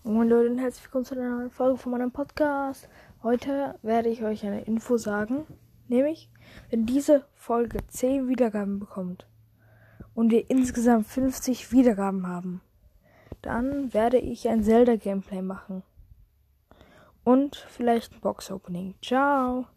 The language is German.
Moin Leute und herzlich willkommen zu einer neuen Folge von meinem Podcast. Heute werde ich euch eine Info sagen, nämlich, wenn diese Folge 10 Wiedergaben bekommt und wir insgesamt 50 Wiedergaben haben, dann werde ich ein Zelda-Gameplay machen und vielleicht ein Box-Opening. Ciao!